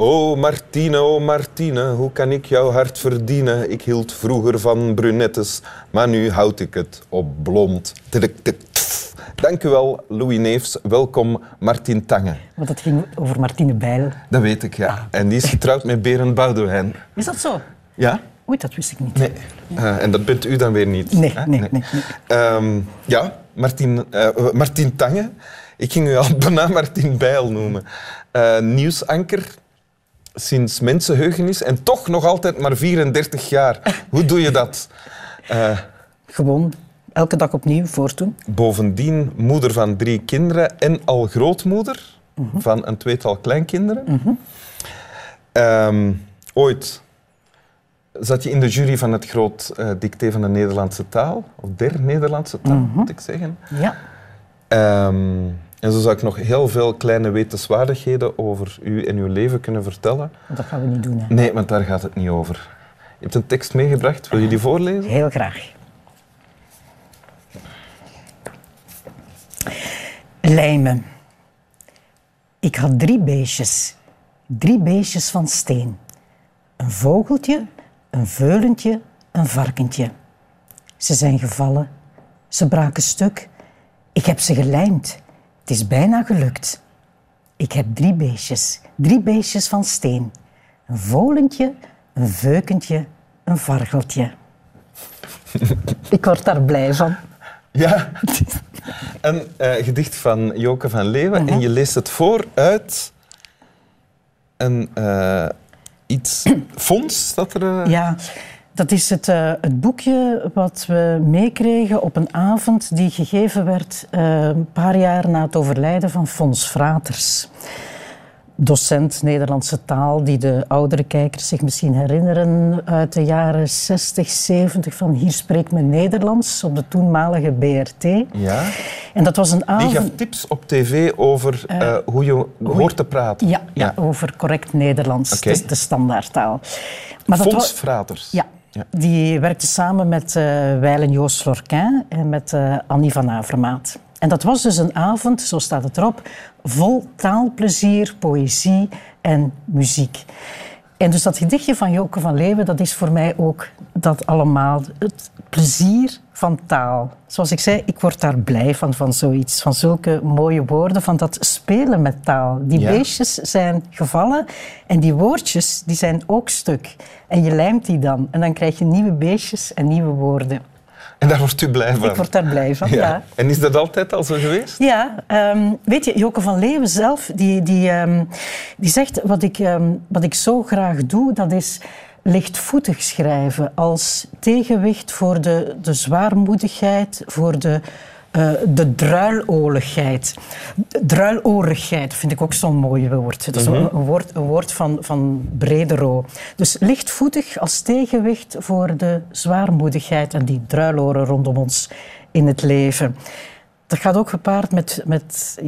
Oh Martine, hoe kan ik jouw hart verdienen? Ik hield vroeger van brunettes, maar nu houd ik het op blond. Dank u wel, Louis Neefs. Welkom, Martien Tange. Want het ging over Martine Bijl. Dat weet ik, ja. En die is getrouwd met Berend Boudewijn. Is dat zo? Ja. Oei, dat wist ik niet. Nee. En dat bent u dan weer niet? Nee. Ja, Martien Tange. Ik ging u al bijna Martien Bijl noemen. Nieuwsanker sinds mensenheugenis en toch nog altijd maar 34 jaar. Hoe doe je dat? Gewoon elke dag opnieuw voortdoen. Bovendien moeder van 3 kinderen en al grootmoeder van een 2-tal kleinkinderen. Ooit zat je in de jury van het groot dicté van de Nederlandse taal, of der Nederlandse taal, moet ik zeggen. Ja. En zo zou ik nog heel veel kleine wetenswaardigheden over u en uw leven kunnen vertellen. Dat gaan we niet doen, hè? Nee, want daar gaat het niet over. Je hebt een tekst meegebracht, wil je die voorlezen? Heel graag. Lijmen. Ik had 3 beestjes. 3 beestjes van steen. Een vogeltje, een veulentje, een varkentje. Ze zijn gevallen. Ze braken stuk. Ik heb ze gelijmd. Het is bijna gelukt. Ik heb 3 beestjes. 3 beestjes van steen. Een volentje, een veukentje, een vargeltje. Ik word daar blij van. Ja. Een gedicht van Joke van Leeuwen. En je leest het voor uit een fonds dat er... Ja, dat is het boekje wat we meekregen op een avond die gegeven werd een paar jaar na het overlijden van Fons Fraters. Docent Nederlandse taal, die de oudere kijkers zich misschien herinneren uit de jaren 60, 70 van Hier spreekt men Nederlands op de toenmalige BRT. Ja. En dat was een avond... Die gaf tips op tv over hoe je hoort te praten. Ja, over correct Nederlands, Okay. de standaardtaal. Maar dat Fons Fraters. Ja. Die werkte samen met Wijlen Joost Lorquin en met Annie van Avermaat. En dat was dus een avond, zo staat het erop, vol taalplezier, poëzie en muziek. En dus dat gedichtje van Joke van Leeuwen, dat is voor mij ook dat allemaal. Het plezier van taal. Zoals ik zei, ik word daar blij van zoiets. Van zulke mooie woorden, van dat spelen met taal. Die beestjes zijn gevallen en die woordjes die zijn ook stuk. En je lijmt die dan. En dan krijg je nieuwe beestjes en nieuwe woorden. En daar wordt u blij van? Ik word daar blij van, ja. En is dat altijd al zo geweest? Ja, weet je, Joke van Leeuwen zelf, die zegt wat ik zo graag doe, dat is lichtvoetig schrijven als tegenwicht voor de zwaarmoedigheid, voor de druiloorigheid. Druiloorigheid vind ik ook zo'n mooi woord. Dat is een woord van Bredero. Dus lichtvoetig als tegenwicht voor de zwaarmoedigheid en die druiloren rondom ons in het leven. Dat gaat ook gepaard met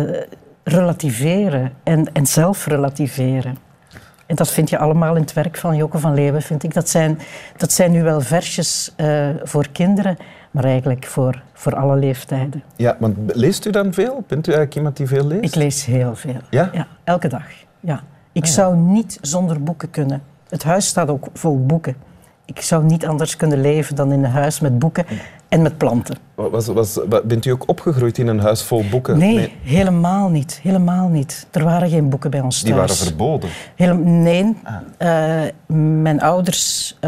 relativeren en zelf relativeren. En dat vind je allemaal in het werk van Joke van Leeuwen, vind ik. Dat zijn nu wel versjes voor kinderen, maar eigenlijk voor alle leeftijden. Ja, want leest u dan veel? Bent u eigenlijk iemand die veel leest? Ik lees heel veel. Ja? Ja, elke dag. Ja. Ik zou niet zonder boeken kunnen. Het huis staat ook vol boeken. Ik zou niet anders kunnen leven dan in een huis met boeken en met planten. Bent u ook opgegroeid in een huis vol boeken? Nee, helemaal niet. Helemaal niet. Er waren geen boeken bij ons thuis. Die waren verboden? Nee. Mijn ouders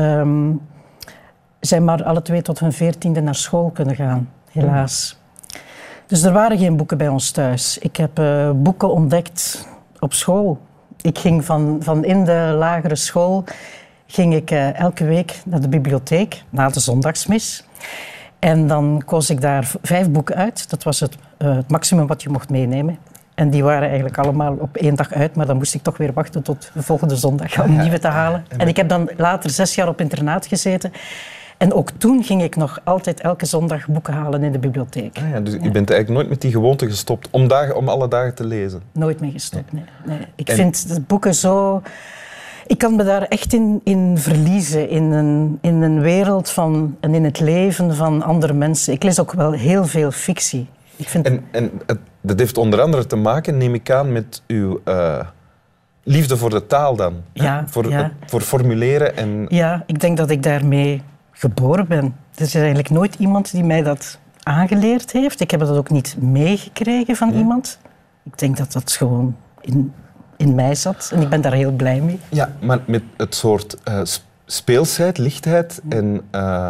zijn maar alle 2 tot hun 14e naar school kunnen gaan, helaas. Dus er waren geen boeken bij ons thuis. Ik heb boeken ontdekt op school. Ik ging van in de lagere school ging ik elke week naar de bibliotheek, na de zondagsmis. En dan koos ik daar 5 boeken uit. Dat was het maximum wat je mocht meenemen. En die waren eigenlijk allemaal op 1 dag uit, maar dan moest ik toch weer wachten tot de volgende zondag om nieuwe te halen. En ik heb dan later 6 jaar op internaat gezeten. En ook toen ging ik nog altijd elke zondag boeken halen in de bibliotheek. Dus u bent eigenlijk nooit met die gewoonte gestopt om alle dagen te lezen? Nooit mee gestopt, nee. Ik vind de boeken zo... Ik kan me daar echt in verliezen, in een wereld van, en in het leven van andere mensen. Ik lees ook wel heel veel fictie. Ik vind... En dat heeft onder andere te maken, neem ik aan, met uw liefde voor de taal dan. Ja, voor formuleren en... Ja, ik denk dat ik daarmee geboren ben. Er is eigenlijk nooit iemand die mij dat aangeleerd heeft. Ik heb dat ook niet meegekregen van iemand. Ik denk dat dat gewoon in mij zat en ik ben daar heel blij mee. Ja, maar met het soort speelsheid, lichtheid en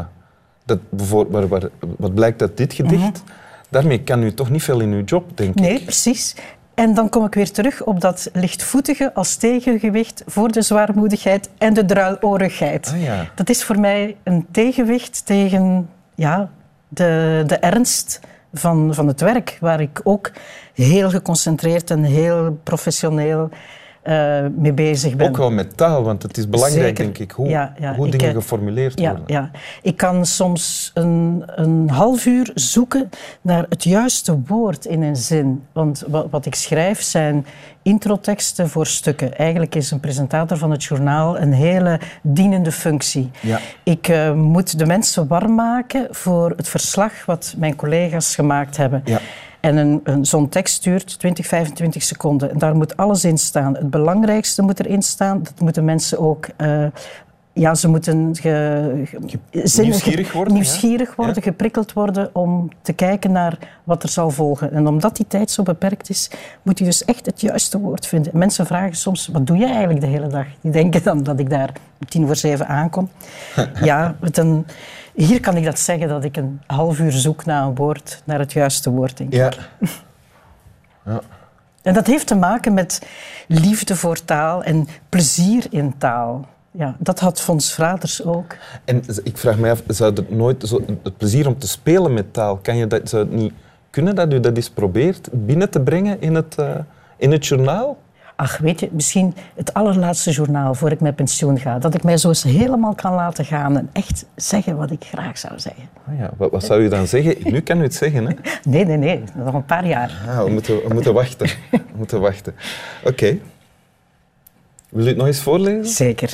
wat blijkt uit dit gedicht, daarmee kan u toch niet veel in uw job, denk ik. Nee, precies. En dan kom ik weer terug op dat lichtvoetige als tegengewicht voor de zwaarmoedigheid en de druiloorigheid. Ah, ja. Dat is voor mij een tegenwicht tegen de ernst van het werk, waar ik ook heel geconcentreerd en heel professioneel mee bezig ben. Ook wel met taal, want het is belangrijk, Zeker. denk ik, hoe dingen geformuleerd worden. Ja. Ik kan soms een half uur zoeken naar het juiste woord in een zin. Want wat ik schrijf zijn introteksten voor stukken. Eigenlijk is een presentator van het journaal een hele dienende functie. Ja. Ik moet de mensen warm maken voor het verslag wat mijn collega's gemaakt hebben. Ja. En zo'n tekst duurt 20, 25 seconden. En daar moet alles in staan. Het belangrijkste moet erin staan. Dat moeten mensen ook... ze moeten nieuwsgierig worden, geprikkeld worden om te kijken naar wat er zal volgen. En omdat die tijd zo beperkt is, moet je dus echt het juiste woord vinden. En mensen vragen soms, wat doe je eigenlijk de hele dag? Die denken dan dat ik daar om 6:50 aankom. Hier kan ik dat zeggen, dat ik een half uur zoek naar een woord, naar het juiste woord, denk ik. Ja. En dat heeft te maken met liefde voor taal en plezier in taal. Ja, dat had Fons Fraters ook. En ik vraag me af, zou het nooit het plezier om te spelen met taal, zou het niet kunnen dat u dat eens probeert binnen te brengen in het journaal? Ach, weet je, misschien het allerlaatste journaal voor ik met pensioen ga. Dat ik mij zo eens helemaal kan laten gaan en echt zeggen wat ik graag zou zeggen. Oh ja, wat zou u dan zeggen? Nu kan u het zeggen, hè? Nee. Nog een paar jaar. We moeten wachten. Oké. Wil u het nog eens voorlezen? Zeker.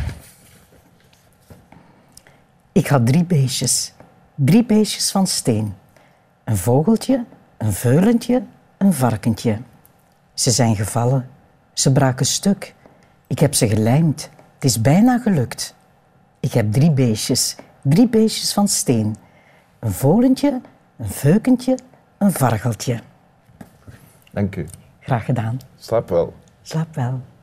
Ik had 3 beestjes. 3 beestjes van steen. Een vogeltje, een veulentje, een varkentje. Ze zijn gevallen. Ze braken stuk. Ik heb ze gelijmd. Het is bijna gelukt. Ik heb 3 beestjes. 3 beestjes van steen. Een volentje, een veukentje, een vargeltje. Dank u. Graag gedaan. Slaap wel. Slaap wel.